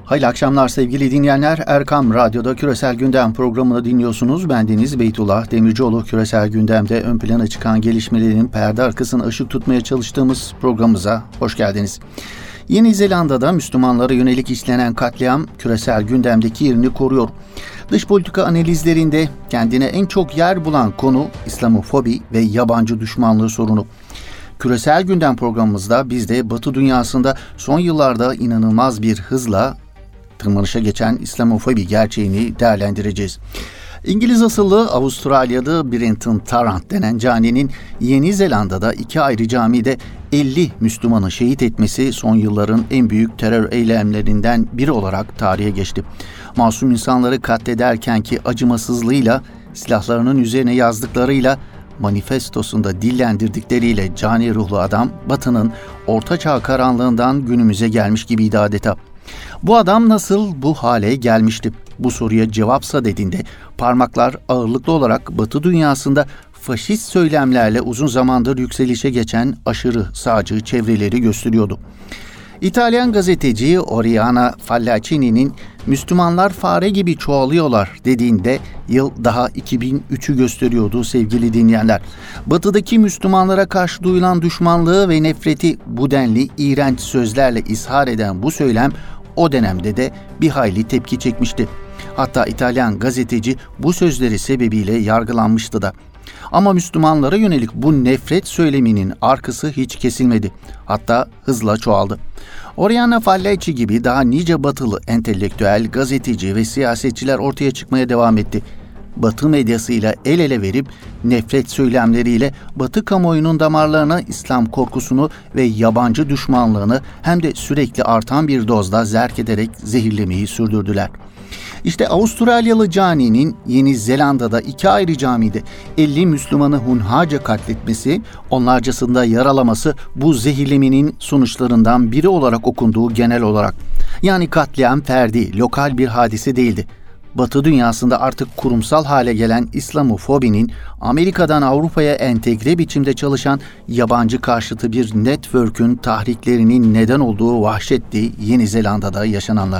Hayırlı akşamlar sevgili dinleyenler. Erkam Radyo'da Küresel Gündem programını dinliyorsunuz. Bendeniz Beytullah Demircioğlu. Küresel Gündem'de ön plana çıkan gelişmelerin perde arkasına ışık tutmaya çalıştığımız programımıza hoş geldiniz. Yeni Zelanda'da Müslümanlara yönelik işlenen katliam küresel gündemdeki yerini koruyor. Dış politika analizlerinde kendine en çok yer bulan konu İslamofobi ve yabancı düşmanlığı sorunu. Küresel Gündem programımızda biz de Batı dünyasında son yıllarda inanılmaz bir hızla tırmanışa geçen İslamofobi gerçeğini değerlendireceğiz. İngiliz asıllı Avustralya'da Brenton Tarrant denen caninin Yeni Zelanda'da 2 ayrı camide 50 Müslümanı şehit etmesi son yılların en büyük terör eylemlerinden biri olarak tarihe geçti. Masum insanları katlederkenki acımasızlığıyla, silahlarının üzerine yazdıklarıyla, manifestosunda dillendirdikleriyle cani ruhlu adam Batı'nın ortaçağ karanlığından günümüze gelmiş gibiydi adeta. Bu adam nasıl bu hale gelmişti? Bu soruya cevapsa dediğinde parmaklar ağırlıklı olarak Batı dünyasında faşist söylemlerle uzun zamandır yükselişe geçen aşırı sağcı çevreleri gösteriyordu. İtalyan gazeteci Oriana Fallaccini'nin "Müslümanlar fare gibi çoğalıyorlar" dediğinde yıl daha 2003'ü gösteriyordu sevgili dinleyenler. Batı'daki Müslümanlara karşı duyulan düşmanlığı ve nefreti bu denli iğrenç sözlerle izhar eden bu söylem o dönemde de bir hayli tepki çekmişti. Hatta İtalyan gazeteci bu sözleri sebebiyle yargılanmıştı da. Ama Müslümanlara yönelik bu nefret söyleminin arkası hiç kesilmedi. Hatta hızla çoğaldı. Oriana Fallaci gibi daha nice batılı entelektüel, gazeteci ve siyasetçiler ortaya çıkmaya devam etti. Batı medyasıyla el ele verip nefret söylemleriyle Batı kamuoyunun damarlarına İslam korkusunu ve yabancı düşmanlığını hem de sürekli artan bir dozda zerk ederek zehirlemeyi sürdürdüler. İşte Avustralyalı caninin Yeni Zelanda'da 2 ayrı camide 50 Müslümanı hunharca katletmesi, onlarcasında yaralaması bu zehirlemenin sonuçlarından biri olarak okunduğu genel olarak. Yani katliam ferdi, lokal bir hadise değildi. Batı dünyasında artık kurumsal hale gelen İslamofobinin Amerika'dan Avrupa'ya entegre biçimde çalışan yabancı karşıtı bir network'ün tahriklerinin neden olduğu vahşetti Yeni Zelanda'da yaşananlar.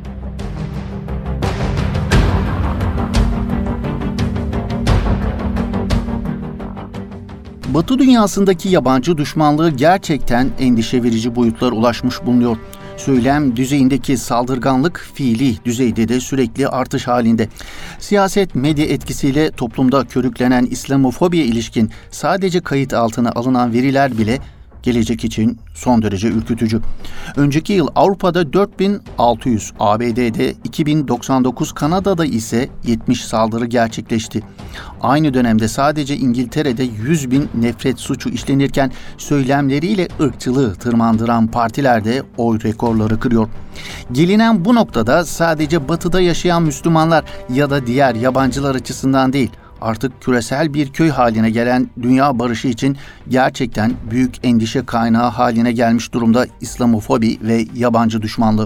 Batı dünyasındaki yabancı düşmanlığı gerçekten endişe verici boyutlara ulaşmış bulunuyor. Söylem düzeyindeki saldırganlık fiili düzeyde de sürekli artış halinde. Siyaset medya etkisiyle toplumda körüklenen İslamofobiye ilişkin sadece kayıt altına alınan veriler bile gelecek için son derece ürkütücü. Önceki yıl Avrupa'da 4600, ABD'de 2099, Kanada'da ise 70 saldırı gerçekleşti. Aynı dönemde sadece İngiltere'de 100.000 nefret suçu işlenirken söylemleriyle ırkçılığı tırmandıran partiler de oy rekorları kırıyor. Gelinen bu noktada sadece Batı'da yaşayan Müslümanlar ya da diğer yabancılar açısından değil, artık küresel bir köy haline gelen dünya barışı için gerçekten büyük endişe kaynağı haline gelmiş durumda İslamofobi ve yabancı düşmanlığı.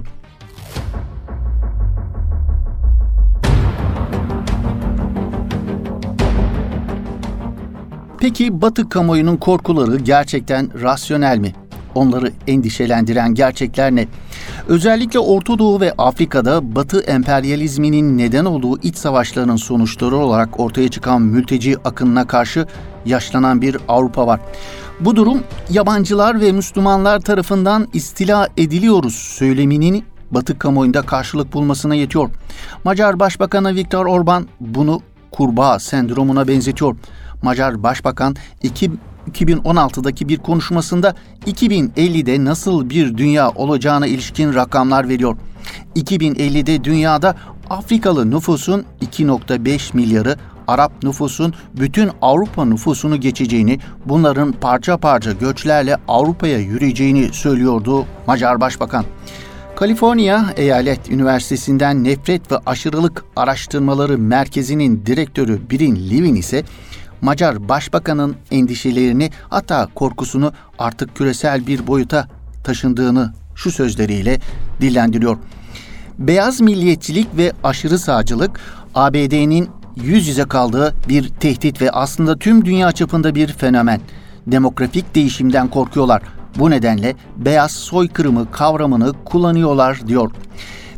Peki Batı kamuoyunun korkuları gerçekten rasyonel mi? Onları endişelendiren gerçekler ne? Özellikle Orta Doğu ve Afrika'da Batı emperyalizminin neden olduğu iç savaşların sonuçları olarak ortaya çıkan mülteci akınına karşı yaşlanan bir Avrupa var. Bu durum yabancılar ve Müslümanlar tarafından istila ediliyoruz söyleminin Batı kamuoyunda karşılık bulmasına yetiyor. Macar Başbakanı Viktor Orban bunu kurbağa sendromuna benzetiyor. Macar Başbakan 2016'daki bir konuşmasında 2050'de nasıl bir dünya olacağına ilişkin rakamlar veriyor. 2050'de dünyada Afrikalı nüfusun 2,5 milyarı, Arap nüfusun bütün Avrupa nüfusunu geçeceğini, bunların parça parça göçlerle Avrupa'ya yürüyeceğini söylüyordu Macar Başbakan. Kaliforniya Eyalet Üniversitesi'nden Nefret ve Aşırılık Araştırmaları Merkezi'nin direktörü Brin Levin ise Macar Başbakan'ın endişelerini, hatta korkusunu artık küresel bir boyuta taşındığını şu sözleriyle dillendiriyor. Beyaz milliyetçilik ve aşırı sağcılık ABD'nin yüz yüze kaldığı bir tehdit ve aslında tüm dünya çapında bir fenomen. Demografik değişimden korkuyorlar. Bu nedenle beyaz soykırımı kavramını kullanıyorlar diyor.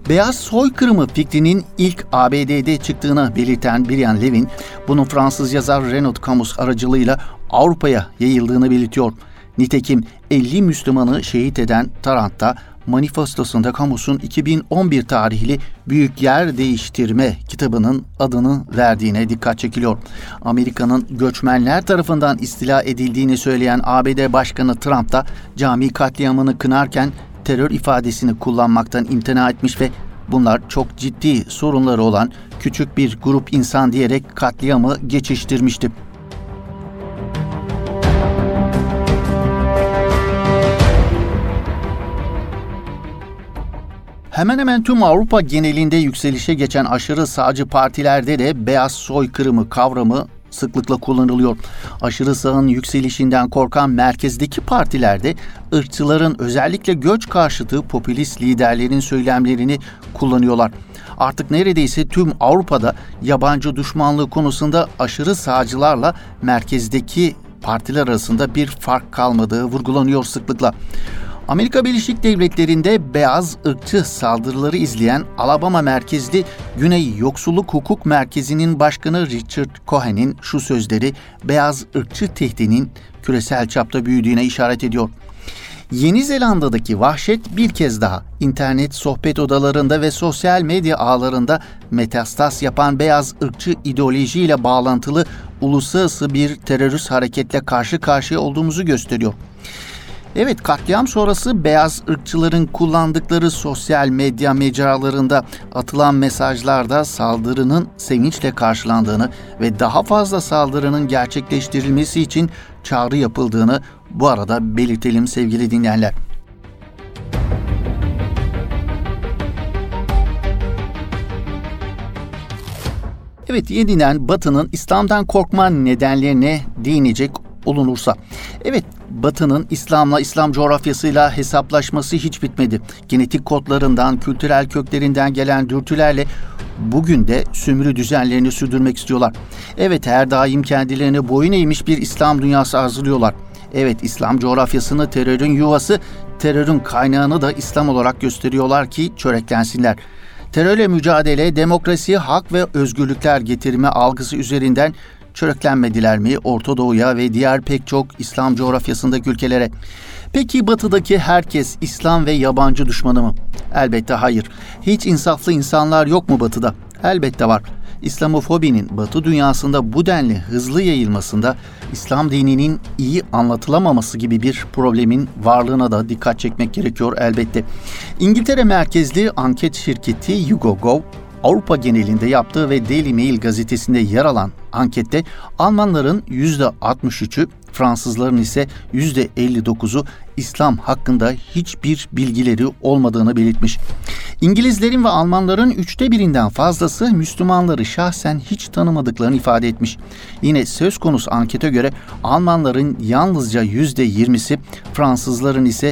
Beyaz soykırımı fikrinin ilk ABD'de çıktığını belirten Brian Levin, bunun Fransız yazar Renaud Camus aracılığıyla Avrupa'ya yayıldığını belirtiyor. Nitekim 50 Müslümanı şehit eden Tarant'ta manifestosunda Camus'un 2011 tarihli Büyük Yer Değiştirme kitabının adını verdiğine dikkat çekiliyor. Amerika'nın göçmenler tarafından istila edildiğini söyleyen ABD Başkanı Trump da cami katliamını kınarken terör ifadesini kullanmaktan imtina etmiş ve bunlar çok ciddi sorunları olan küçük bir grup insan diyerek katliamı geçiştirmişti. Hemen hemen tüm Avrupa genelinde yükselişe geçen aşırı sağcı partilerde de beyaz soykırımı kavramı sıklıkla kullanılıyor. Aşırı sağın yükselişinden korkan merkezdeki partilerde ırkçıların özellikle göç karşıtı popülist liderlerin söylemlerini kullanıyorlar. Artık neredeyse tüm Avrupa'da yabancı düşmanlığı konusunda aşırı sağcılarla merkezdeki partiler arasında bir fark kalmadığı vurgulanıyor sıklıkla. Amerika Birleşik Devletleri'nde beyaz ırkçı saldırıları izleyen Alabama merkezli Güney Yoksulluk Hukuk Merkezi'nin başkanı Richard Cohen'in şu sözleri beyaz ırkçı tehdinin küresel çapta büyüdüğüne işaret ediyor. Yeni Zelanda'daki vahşet bir kez daha internet sohbet odalarında ve sosyal medya ağlarında metastas yapan beyaz ırkçı ideolojiyle bağlantılı uluslararası bir terörist hareketle karşı karşıya olduğumuzu gösteriyor. Evet, katliam sonrası beyaz ırkçıların kullandıkları sosyal medya mecralarında atılan mesajlarda saldırının sevinçle karşılandığını ve daha fazla saldırının gerçekleştirilmesi için çağrı yapıldığını bu arada belirtelim sevgili dinleyenler. Evet, yeniden Batı'nın İslam'dan korkma nedenlerine değinecek olunursa. Evet, Batı'nın İslam'la, İslam coğrafyasıyla hesaplaşması hiç bitmedi. Genetik kodlarından, kültürel köklerinden gelen dürtülerle bugün de sömürü düzenlerini sürdürmek istiyorlar. Evet, her daim kendilerine boyun eğmiş bir İslam dünyası arzuluyorlar. Evet, İslam coğrafyasını terörün yuvası, terörün kaynağını da İslam olarak gösteriyorlar ki çöreklensinler. Terörle mücadele, demokrasi, hak ve özgürlükler getirme algısı üzerinden çöreklenmediler mi Orta Doğu'ya ve diğer pek çok İslam coğrafyasındaki ülkelere? Peki Batı'daki herkes İslam ve yabancı düşmanı mı? Elbette hayır. Hiç insaflı insanlar yok mu Batı'da? Elbette var. İslamofobinin Batı dünyasında bu denli hızlı yayılmasında İslam dininin iyi anlatılamaması gibi bir problemin varlığına da dikkat çekmek gerekiyor elbette. İngiltere merkezli anket şirketi YouGov, Avrupa genelinde yaptığı ve Daily Mail gazetesinde yer alan ankette Almanların %63'ü, Fransızların ise %59'u İslam hakkında hiçbir bilgileri olmadığını belirtmiş. İngilizlerin ve Almanların 1/3'ünden fazlası Müslümanları şahsen hiç tanımadıklarını ifade etmiş. Yine söz konusu ankete göre Almanların yalnızca %20'si, Fransızların ise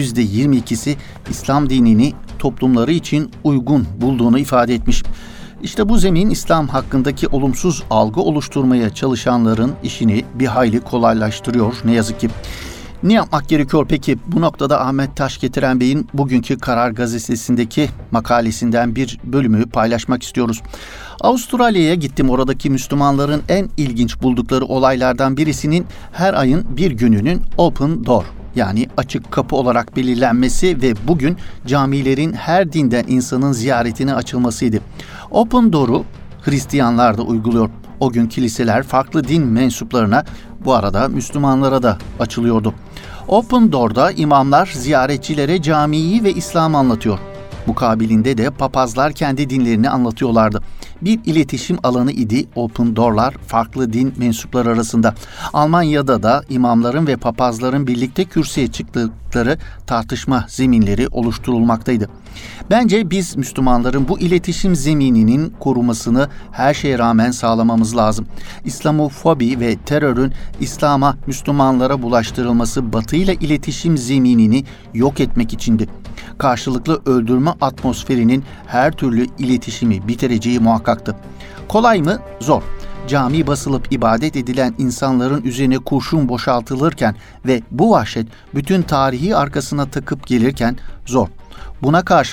%22'si İslam dinini toplumları için uygun bulduğunu ifade etmiş. İşte bu zemin İslam hakkındaki olumsuz algı oluşturmaya çalışanların işini bir hayli kolaylaştırıyor ne yazık ki. Ne yapmak gerekiyor peki? Bu noktada Ahmet Taşgetiren Bey'in bugünkü Karar Gazetesi'ndeki makalesinden bir bölümü paylaşmak istiyoruz. Avustralya'ya gittim. Oradaki Müslümanların en ilginç buldukları olaylardan birisinin her ayın bir gününün Open Door, yani açık kapı olarak belirlenmesi ve bugün camilerin her dinden insanın ziyaretine açılmasıydı. Open Door'u Hristiyanlar da uyguluyor. O gün kiliseler farklı din mensuplarına, bu arada Müslümanlara da açılıyordu. Open Door'da imamlar ziyaretçilere camiyi ve İslam'ı anlatıyor. Mukabilinde de papazlar kendi dinlerini anlatıyorlardı. Bir iletişim alanı idi Open Door'lar farklı din mensupları arasında. Almanya'da da imamların ve papazların birlikte kürsüye çıktıkları tartışma zeminleri oluşturulmaktaydı. Bence biz Müslümanların bu iletişim zemininin korumasını her şeye rağmen sağlamamız lazım. İslamofobi ve terörün İslam'a, Müslümanlara bulaştırılması Batı ile iletişim zeminini yok etmek içindi. Karşılıklı öldürme atmosferinin her türlü iletişimi bitireceği muhakkaktı. Kolay mı? Zor. Cami basılıp ibadet edilen insanların üzerine kurşun boşaltılırken ve bu vahşet bütün tarihi arkasına takıp gelirken zor. Buna karşılık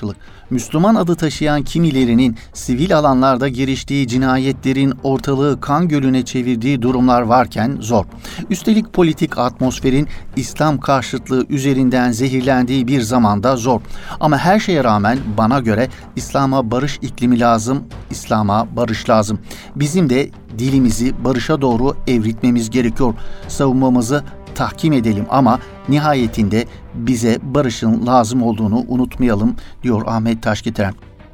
Müslüman adı taşıyan kimilerinin sivil alanlarda giriştiği cinayetlerin ortalığı kan gölüne çevirdiği durumlar varken zor. Üstelik politik atmosferin İslam karşıtlığı üzerinden zehirlendiği bir zamanda zor. Ama her şeye rağmen bana göre İslam'a barış iklimi lazım, İslam'a barış lazım. Bizim de dilimizi barışa doğru evritmemiz gerekiyor. Savunmamızı tahkim edelim ama nihayetinde bize barışın lazım olduğunu unutmayalım, diyor Ahmet Taşgetiren.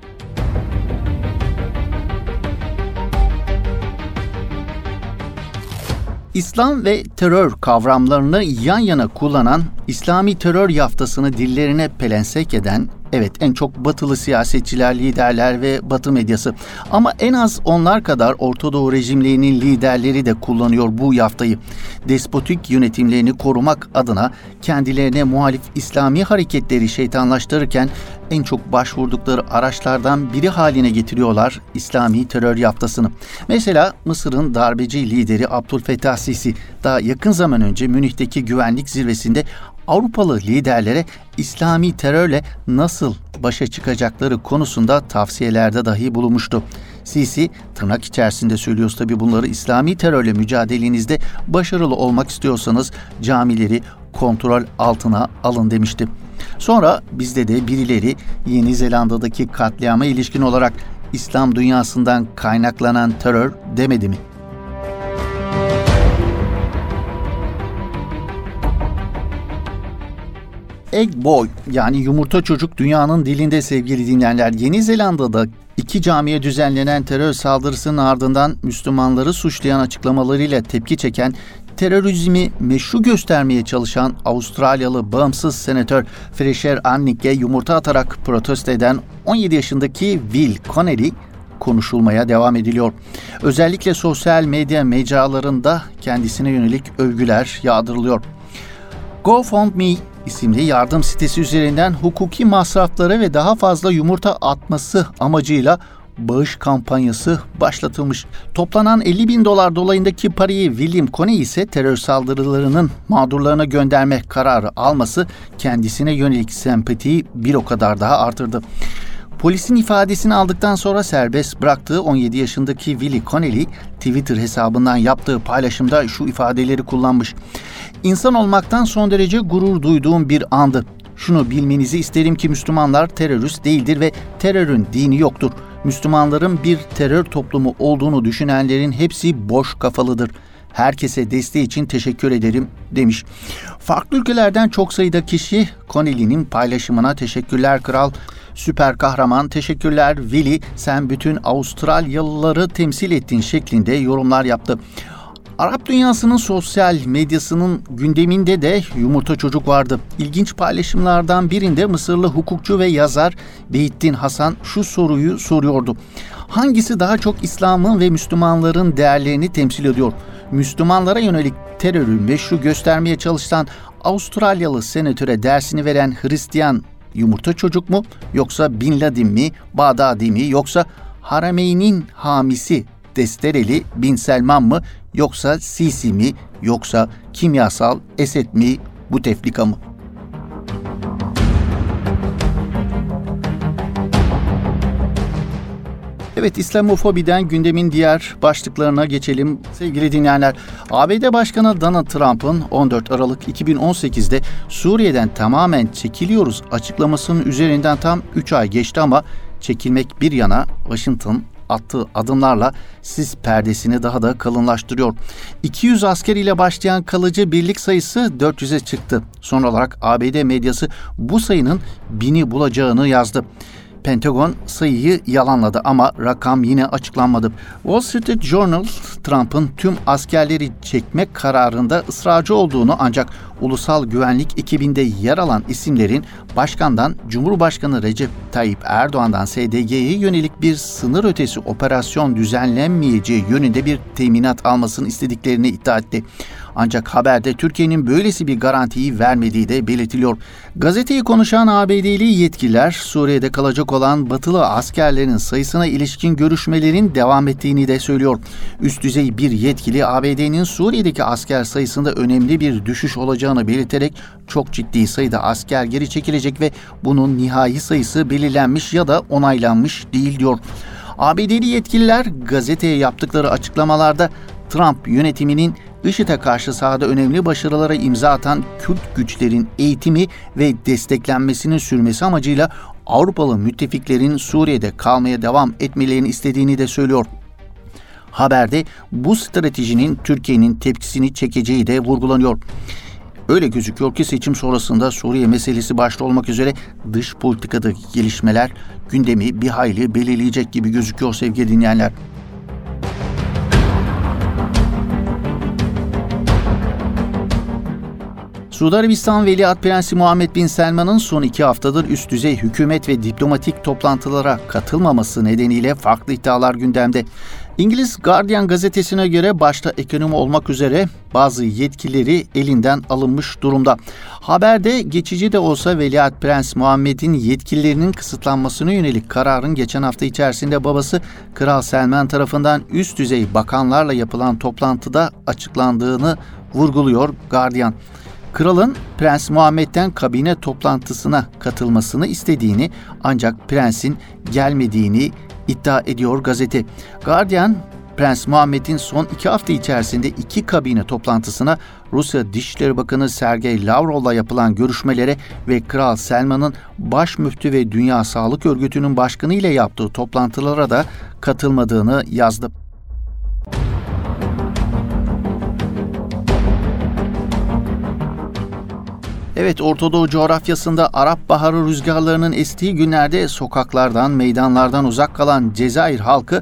İslam ve terör kavramlarını yan yana kullanan, İslami terör yaftasını dillerine pelesenk eden, evet en çok batılı siyasetçiler, liderler ve batı medyası. Ama en az onlar kadar Orta Doğu rejimlerinin liderleri de kullanıyor bu yaftayı. Despotik yönetimlerini korumak adına kendilerine muhalif İslami hareketleri şeytanlaştırırken en çok başvurdukları araçlardan biri haline getiriyorlar İslami terör yaftasını. Mesela Mısır'ın darbeci lideri Abdülfettah Sisi daha yakın zaman önce Münih'teki güvenlik zirvesinde Avrupalı liderlere İslami terörle nasıl başa çıkacakları konusunda tavsiyelerde dahi bulunmuştu. Sisi, tırnak içerisinde söylüyoruz tabii bunları, İslami terörle mücadelenizde başarılı olmak istiyorsanız camileri kontrol altına alın demişti. Sonra bizde de birileri Yeni Zelanda'daki katliama ilişkin olarak İslam dünyasından kaynaklanan terör demedi mi? Egg boy yani yumurta çocuk dünyanın dilinde sevgili dinleyenler. Yeni Zelanda'da 2 camiye düzenlenen terör saldırısının ardından Müslümanları suçlayan açıklamalarıyla tepki çeken, terörizmi meşru göstermeye çalışan Avustralyalı bağımsız senatör Fraser Anning'e yumurta atarak protesto eden 17 yaşındaki Will Connelly konuşulmaya devam ediliyor. Özellikle sosyal medya mecralarında kendisine yönelik övgüler yağdırılıyor. GoFundMe isimli yardım sitesi üzerinden hukuki masrafları ve daha fazla yumurta atması amacıyla bağış kampanyası başlatılmış. Toplanan $50.000 dolayındaki parayı William Coney ise terör saldırılarının mağdurlarına gönderme kararı alması kendisine yönelik sempatiyi bir o kadar daha artırdı. Polisin ifadesini aldıktan sonra serbest bıraktığı 17 yaşındaki Willie Connelly, Twitter hesabından yaptığı paylaşımda şu ifadeleri kullanmış. İnsan olmaktan son derece gurur duyduğum bir andı. Şunu bilmenizi isterim ki Müslümanlar terörist değildir ve terörün dini yoktur. Müslümanların bir terör toplumu olduğunu düşünenlerin hepsi boş kafalıdır. Herkese desteği için teşekkür ederim demiş. Farklı ülkelerden çok sayıda kişi Connelly'nin paylaşımına teşekkürler kral, süper kahraman, teşekkürler Willy, sen bütün Avustralyalıları temsil ettin şeklinde yorumlar yaptı. Arap dünyasının sosyal medyasının gündeminde de yumurta çocuk vardı. İlginç paylaşımlardan birinde Mısırlı hukukçu ve yazar Beyittin Hasan şu soruyu soruyordu. Hangisi daha çok İslam'ın ve Müslümanların değerlerini temsil ediyor? Müslümanlara yönelik terörü meşru göstermeye çalışan Avustralyalı senatöre dersini veren Hristiyan yumurta çocuk mu? Yoksa Bin Laden mi? Bağdadi mi? Yoksa Harameyn'in hamisi Destereli Bin Selman mı? Yoksa Sisi mi? Yoksa kimyasal Esed mi? Buteflika mı? Evet, İslamofobiden gündemin diğer başlıklarına geçelim sevgili dinleyenler. ABD Başkanı Donald Trump'ın 14 Aralık 2018'de Suriye'den tamamen çekiliyoruz açıklamasının üzerinden tam 3 ay geçti ama çekilmek bir yana Washington attığı adımlarla sis perdesini daha da kalınlaştırıyor. 200 asker ile başlayan kalıcı birlik sayısı 400'e çıktı. Son olarak ABD medyası bu sayının 1000'i bulacağını yazdı. Pentagon sayıyı yalanladı ama rakam yine açıklanmadı. Wall Street Journal, Trump'ın tüm askerleri çekmek kararında ısrarcı olduğunu ancak ulusal güvenlik ekibinde yer alan isimlerin başkandan Cumhurbaşkanı Recep Tayyip Erdoğan'dan SDG'ye yönelik bir sınır ötesi operasyon düzenlenmeyeceği yönünde bir teminat almasını istediklerini iddia etti. Ancak haberde Türkiye'nin böylesi bir garantiyi vermediği de belirtiliyor. Gazeteyi konuşan ABD'li yetkililer Suriye'de kalacak olan batılı askerlerin sayısına ilişkin görüşmelerin devam ettiğini de söylüyor. Üst düzey bir yetkili ABD'nin Suriye'deki asker sayısında önemli bir düşüş olacağını olacağını belirterek çok ciddi sayıda asker geri çekilecek ve bunun nihai sayısı belirlenmiş ya da onaylanmış değil diyor. ABD'li yetkililer gazeteye yaptıkları açıklamalarda Trump yönetiminin IŞİD'e karşı sahada önemli başarılara imza atan Kürt güçlerin eğitimi ve desteklenmesinin sürmesi amacıyla Avrupalı müttefiklerin Suriye'de kalmaya devam etmelerini istediğini de söylüyor. Haberde bu stratejinin Türkiye'nin tepkisini çekeceği de vurgulanıyor. Öyle gözüküyor ki seçim sonrasında Suriye meselesi başta olmak üzere dış politikadaki gelişmeler gündemi bir hayli belirleyecek gibi gözüküyor sevgili dinleyenler. Suudi Arabistan Veliaht Prensi Muhammed Bin Selman'ın son 2 haftadır üst düzey hükümet ve diplomatik toplantılara katılmaması nedeniyle farklı iddialar gündemde. İngiliz Guardian gazetesine göre başta ekonomi olmak üzere bazı yetkileri elinden alınmış durumda. Haberde geçici de olsa Veliaht Prens Muhammed'in yetkilerinin kısıtlanmasına yönelik kararın geçen hafta içerisinde babası Kral Selman tarafından üst düzey bakanlarla yapılan toplantıda açıklandığını vurguluyor Guardian. Kralın Prens Muhammed'den kabine toplantısına katılmasını istediğini ancak prensin gelmediğini iddia ediyor gazete. Guardian, Prens Muhammed'in son 2 hafta içerisinde 2 kabine toplantısına, Rusya Dışişleri Bakanı Sergey Lavrov'la yapılan görüşmelere ve Kral Selman'ın baş müftü ve Dünya Sağlık Örgütü'nün başkanı ile yaptığı toplantılara da katılmadığını yazdı. Evet, Orta Doğu coğrafyasında Arap Baharı rüzgarlarının estiği günlerde sokaklardan, meydanlardan uzak kalan Cezayir halkı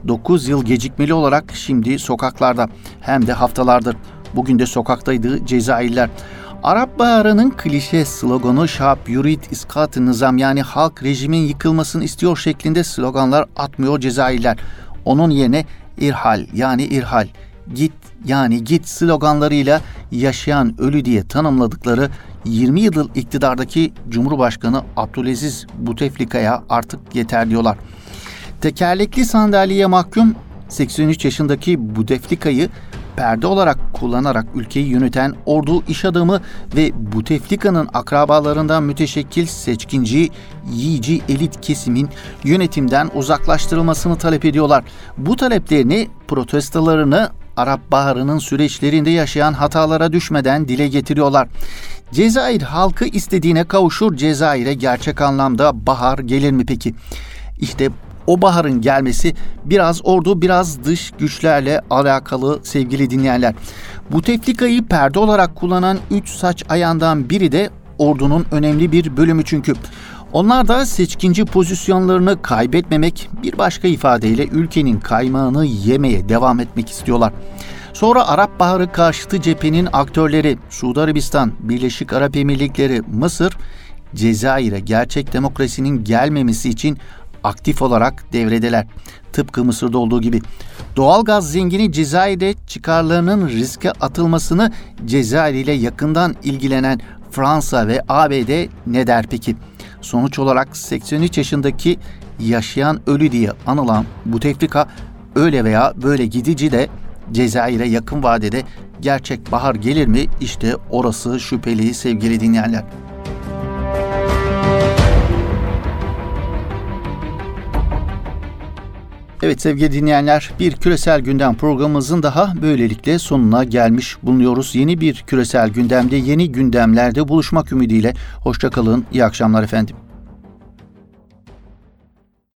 9 yıl gecikmeli olarak şimdi sokaklarda, hem de haftalardır. Bugün de sokaktaydı Cezayirliler. Arap Baharı'nın klişe sloganı "Şab yurid iskat-ı nizam", yani halk rejimin yıkılmasını istiyor şeklinde sloganlar atmıyor Cezayirliler. Onun yerine irhal, yani irhal, git yani git sloganlarıyla yaşayan ölü diye tanımladıkları 20 yıl iktidardaki Cumhurbaşkanı Abdülaziz Bouteflika'ya artık yeter diyorlar. Tekerlekli sandalyeye mahkum 83 yaşındaki Bouteflika'yı perde olarak kullanarak ülkeyi yöneten ordu iş adamı ve Bouteflika'nın akrabalarından müteşekkil seçkinci, yiyici elit kesimin yönetimden uzaklaştırılmasını talep ediyorlar. Bu taleplerini, protestolarını Arap Baharı'nın süreçlerinde yaşayan hatalara düşmeden dile getiriyorlar. Cezayir halkı istediğine kavuşur. Cezayir'e gerçek anlamda bahar gelir mi peki? İşte o baharın gelmesi biraz ordu, biraz dış güçlerle alakalı sevgili dinleyenler. Bouteflika'yı perde olarak kullanan 3 saç ayağından biri de ordunun önemli bir bölümü çünkü. Onlar da seçkinci pozisyonlarını kaybetmemek, bir başka ifadeyle ülkenin kaymağını yemeye devam etmek istiyorlar. Sonra Arap Baharı karşıtı cephenin aktörleri Suudi Arabistan, Birleşik Arap Emirlikleri, Mısır, Cezayir'e gerçek demokrasinin gelmemesi için aktif olarak devredeler. Tıpkı Mısır'da olduğu gibi. Doğalgaz zengini Cezayir'de çıkarlarının riske atılmasını Cezayir ile yakından ilgilenen Fransa ve ABD ne der peki? Sonuç olarak 83 yaşındaki yaşayan ölü diye anılan Bouteflika öyle veya böyle gidici de Cezayir'e yakın vadede gerçek bahar gelir mi? İşte orası şüpheli sevgili dinleyenler. Evet sevgili dinleyenler, bir küresel gündem programımızın daha böylelikle sonuna gelmiş bulunuyoruz. Yeni bir küresel gündemde, yeni gündemlerde buluşmak ümidiyle. Hoşça kalın, iyi akşamlar efendim.